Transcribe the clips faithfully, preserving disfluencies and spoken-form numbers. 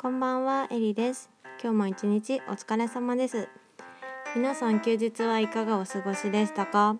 こんばんは、エリです。今日も一日お疲れ様です。皆さん休日はいかがお過ごしでしたか？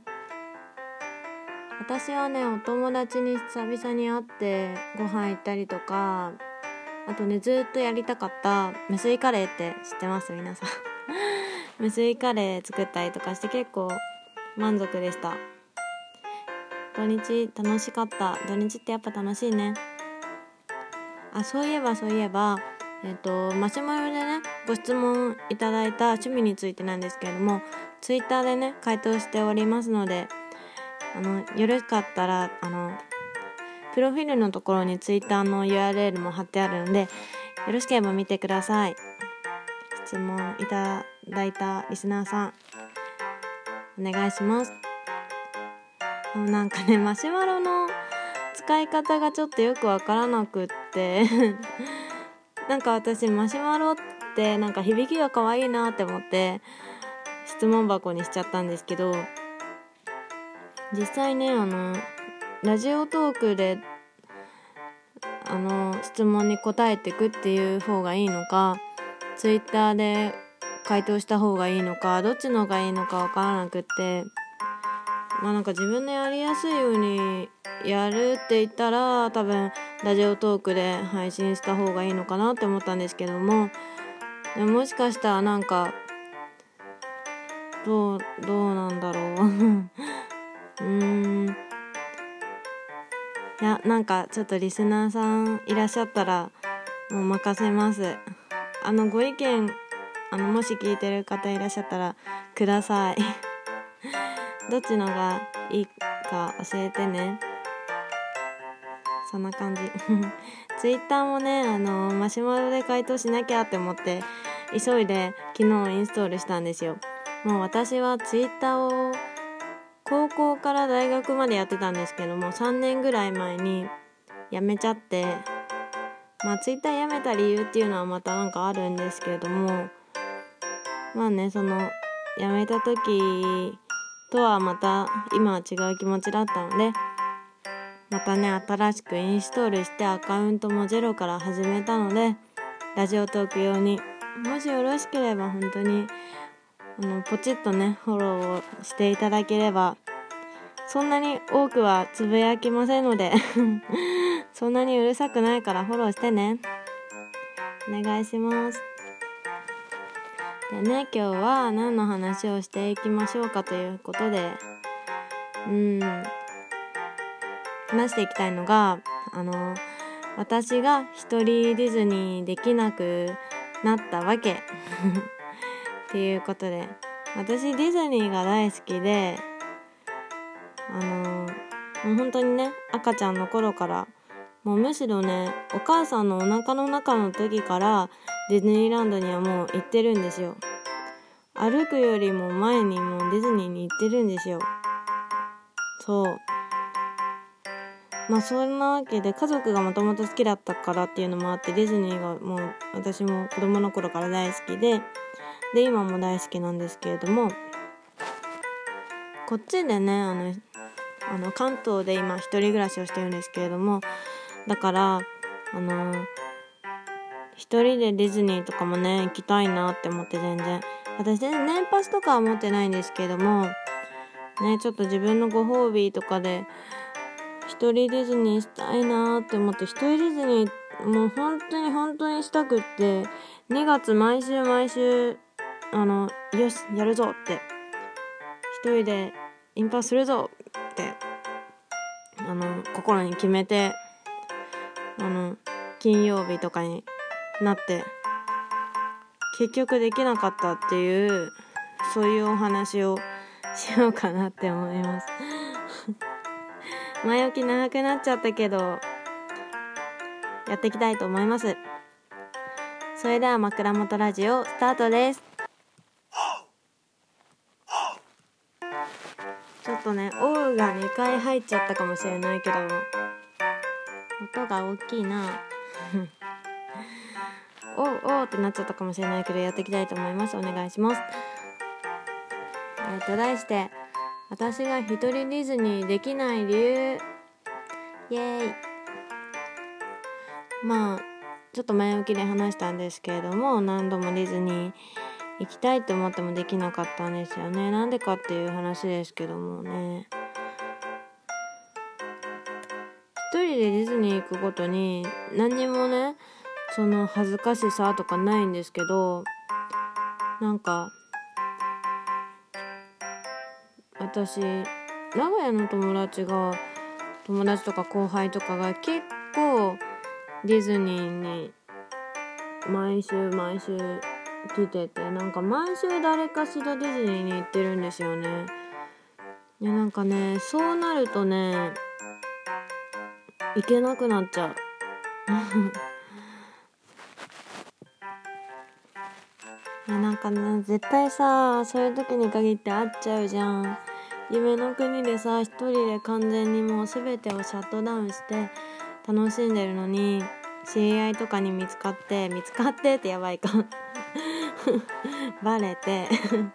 私はね、お友達に久々に会ってご飯行ったりとか、あとね、ずっとやりたかった無水カレーって知ってます？皆さん無水カレー作ったりとかして結構満足でした。土日楽しかった。土日ってやっぱ楽しいね。あ、そういえばそういえばえっとマシュマロでねご質問いただいた趣味についてなんですけれども、ツイッターでね回答しておりますので、あのよろしかったらあのプロフィールのところにツイッターの ユーアールエル も貼ってあるので、よろしければ見てください。質問いただいたリスナーさんお願いします。あのなんかねマシュマロの使い方がちょっとよくわからなくってなんか私マシュマロってなんか響きが可愛いなって思って質問箱にしちゃったんですけど、実際ねあのラジオトークであの質問に答えてくっていう方がいいのか、ツイッターで回答した方がいいのか、どっちの方がいいのかわからなくって、まあなんか自分のやりやすいようにやるって言ったら多分ラジオトークで配信した方がいいのかなって思ったんですけども、でも、もしかしたらなんかどうどうなんだろううーんいやなんかちょっとリスナーさんいらっしゃったらもう任せます。あのご意見あのもし聞いてる方いらっしゃったらくださいどっちのがいいか教えてね。そんな感じツイッターもねあのマシュマロで回答しなきゃって思って急いで昨日インストールしたんですよ。もう私はツイッターを高校から大学までやってたんですけども、さんねんぐらい前にやめちゃって、まあツイッターやめた理由っていうのはまたなんかあるんですけれども、まあねそのやめた時とはまた今は違う気持ちだったので、またね新しくインストールしてアカウントもゼロから始めたので、ラジオトーク用にもしよろしければ本当にあのポチッとねフォローをしていただければ、そんなに多くはつぶやきませんのでそんなにうるさくないからフォローしてね、お願いします。でね今日は何の話をしていきましょうかということで、うーん話していきたいのがあの私が一人ディズニーできなくなったわけっていうことで、私ディズニーが大好きで、あのもう本当にね赤ちゃんの頃からもうむしろねお母さんのお腹の中の時からディズニーランドにはもう行ってるんですよ。歩くよりも前にもうディズニーに行ってるんですよ。そうまあそんなわけで家族がもともと好きだったからっていうのもあって、ディズニーがもう私も子供の頃から大好きで、で今も大好きなんですけれども、こっちでねあのあの関東で今一人暮らしをしてるんですけれども、だからあの一人でディズニーとかもね行きたいなって思って、全然私全然年パスとかは持ってないんですけどもね、ちょっと自分のご褒美とかで一人ディズニーしたいなって思って、一人ディズニーもう本当に本当にしたくって、にがつ毎週毎週あのよしやるぞって一人でインパするぞってあの心に決めて、あの金曜日とかになって結局できなかったっていうそういうお話をしようかなって思います前置き長くなっちゃったけどやっていきたいと思います。それでは枕元ラジオスタートです。ちょっとねオウがにかい入っちゃったかもしれないけど音が大きいなおうおうってなっちゃったかもしれないけどやっていきたいと思います。お願いします。えーと題して私が一人ディズニーできない理由、イエーイ。まあちょっと前置きで話したんですけれども、何度もディズニー行きたいって思ってもできなかったんですよね。なんでかっていう話ですけどもね、一人でディズニー行くことに何にもね、その恥ずかしさとかないんですけど、なんか私名古屋の友達が友達とか後輩とかが結構ディズニーに毎週毎週来てて、なんか毎週誰かしらディズニーに行ってるんですよね。でなんかね、そうなるとね行けなくなっちゃういやなんかね、絶対さ、そういう時に限って会っちゃうじゃん。夢の国でさ、一人で完全にもう全てをシャットダウンして楽しんでるのに、知り合いとかに見つかって見つかってってやばいかバレて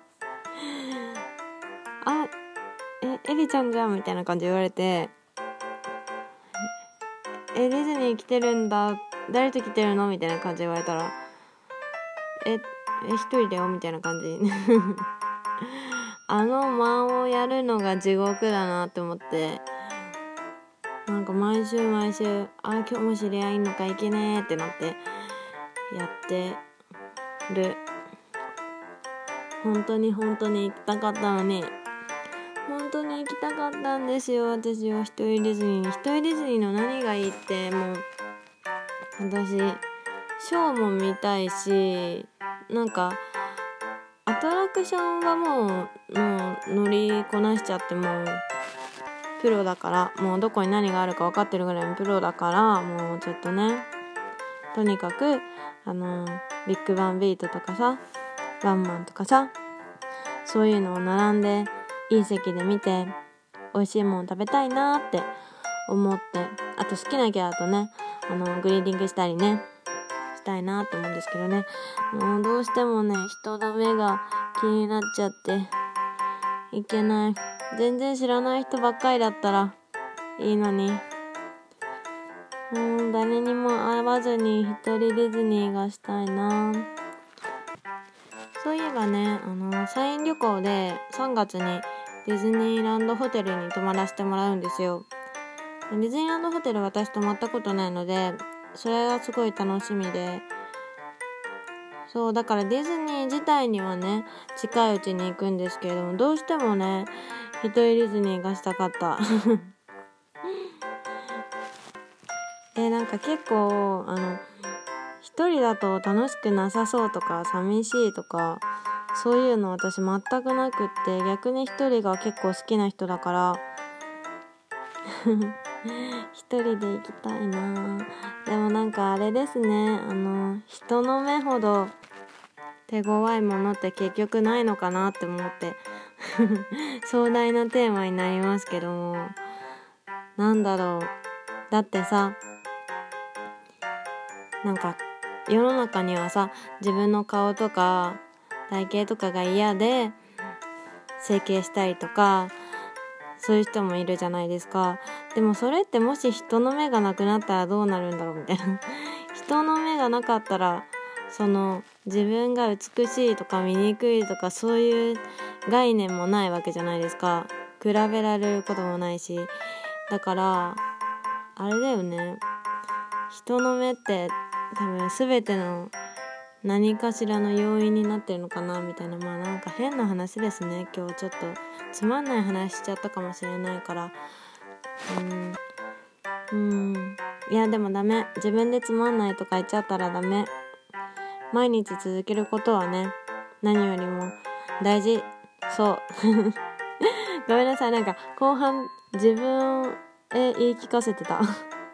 あ、え、エリちゃんじゃんみたいな感じで言われて、え、ディズニー来てるんだ、誰と来てるのみたいな感じで言われたら、え、え、一人だよみたいな感じあの間をやるのが地獄だなって思って、なんか毎週毎週、あ、今日も知り合いんのかいけねーってなってやってる。本当に本当に行きたかったのに、本当に行きたかったんですよ、私は。一人ディズニーに一人ディズニーの何がいいって、もう私ショーも見たいし、なんかアトラクションはもうもう乗りこなしちゃってもうプロだから、もうどこに何があるか分かってるぐらいのプロだから、もうちょっとね、とにかくあのビッグバンビートとかさ、ワンマンとかさ、そういうのを並んでいい席で見て美味しいもの食べたいなって思って、あと好きなキャラとね、あのグリーディングしたりねしたいなと思うんですけどね、もうどうしてもね、人の目が気になっちゃっていけない。全然知らない人ばっかりだったらいいのに、もう誰にも会わずに一人ディズニーがしたいな。そういえばね、あの社員旅行でさんがつにディズニーランドホテルに泊まらせてもらうんですよ。ディズニーランドホテル私泊まったことないので、それがすごい楽しみで、そうだからディズニー自体にはね近いうちに行くんですけれども、どうしてもね一人ディズニーがしたかったでなんか結構あの一人だと楽しくなさそうとか寂しいとか、そういうの私全くなくって、逆に一人が結構好きな人だから一人で行きたいな。でもなんかあれですね、あの人の目ほど手強いものって結局ないのかなって思って壮大なテーマになりますけども、なんだろう、だってさ、なんか世の中にはさ、自分の顔とか体型とかが嫌で整形したりとか、そういう人もいるじゃないですか。でもそれってもし人の目がなくなったらどうなるんだろうみたいな人の目がなかったら、その自分が美しいとか醜いとかそういう概念もないわけじゃないですか。比べられることもないし、だからあれだよね、人の目って多分全ての何かしらの要因になってるのかなみたいな。まあなんか変な話ですね、今日ちょっとつまんない話しちゃったかもしれないから、うんうんいやでもダメ、自分でつまんないとか言っちゃったらダメ。毎日続けることはね、何よりも大事。そうごめんなさい、なんか後半自分へ言い聞かせてたそう、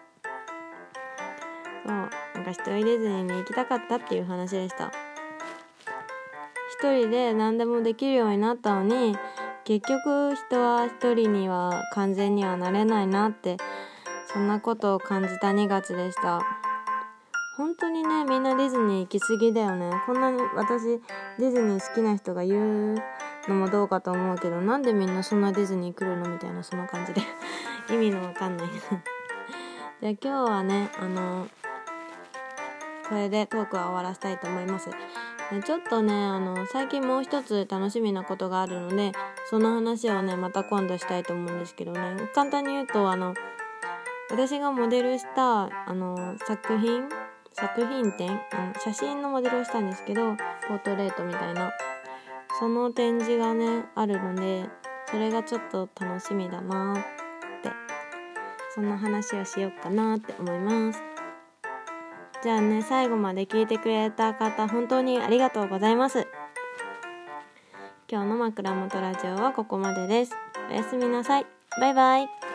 なんか一人ディズニーに行きたかったっていう話でした。一人で何でもできるようになったのに、結局人は一人には完全にはなれないなって、そんなことを感じたにがつでした。本当にね、みんなディズニー行き過ぎだよね。こんなに私ディズニー好きな人が言うのもどうかと思うけど、なんでみんなそんなディズニー来るのみたいな、そんな感じで意味のわかんないじゃあ今日はね、あのこれでトークは終わらせたいと思います。ちょっとねあの最近もう一つ楽しみなことがあるので、その話をねまた今度したいと思うんですけどね、簡単に言うとあの私がモデルしたあの作品作品展あの写真のモデルをしたんですけど、ポートレートみたいなその展示がねあるので、それがちょっと楽しみだなって、そんな話をしようかなって思います。じゃあね、最後まで聞いてくれた方本当にありがとうございます。今日の枕元ラジオはここまでです。おやすみなさい。バイバイ。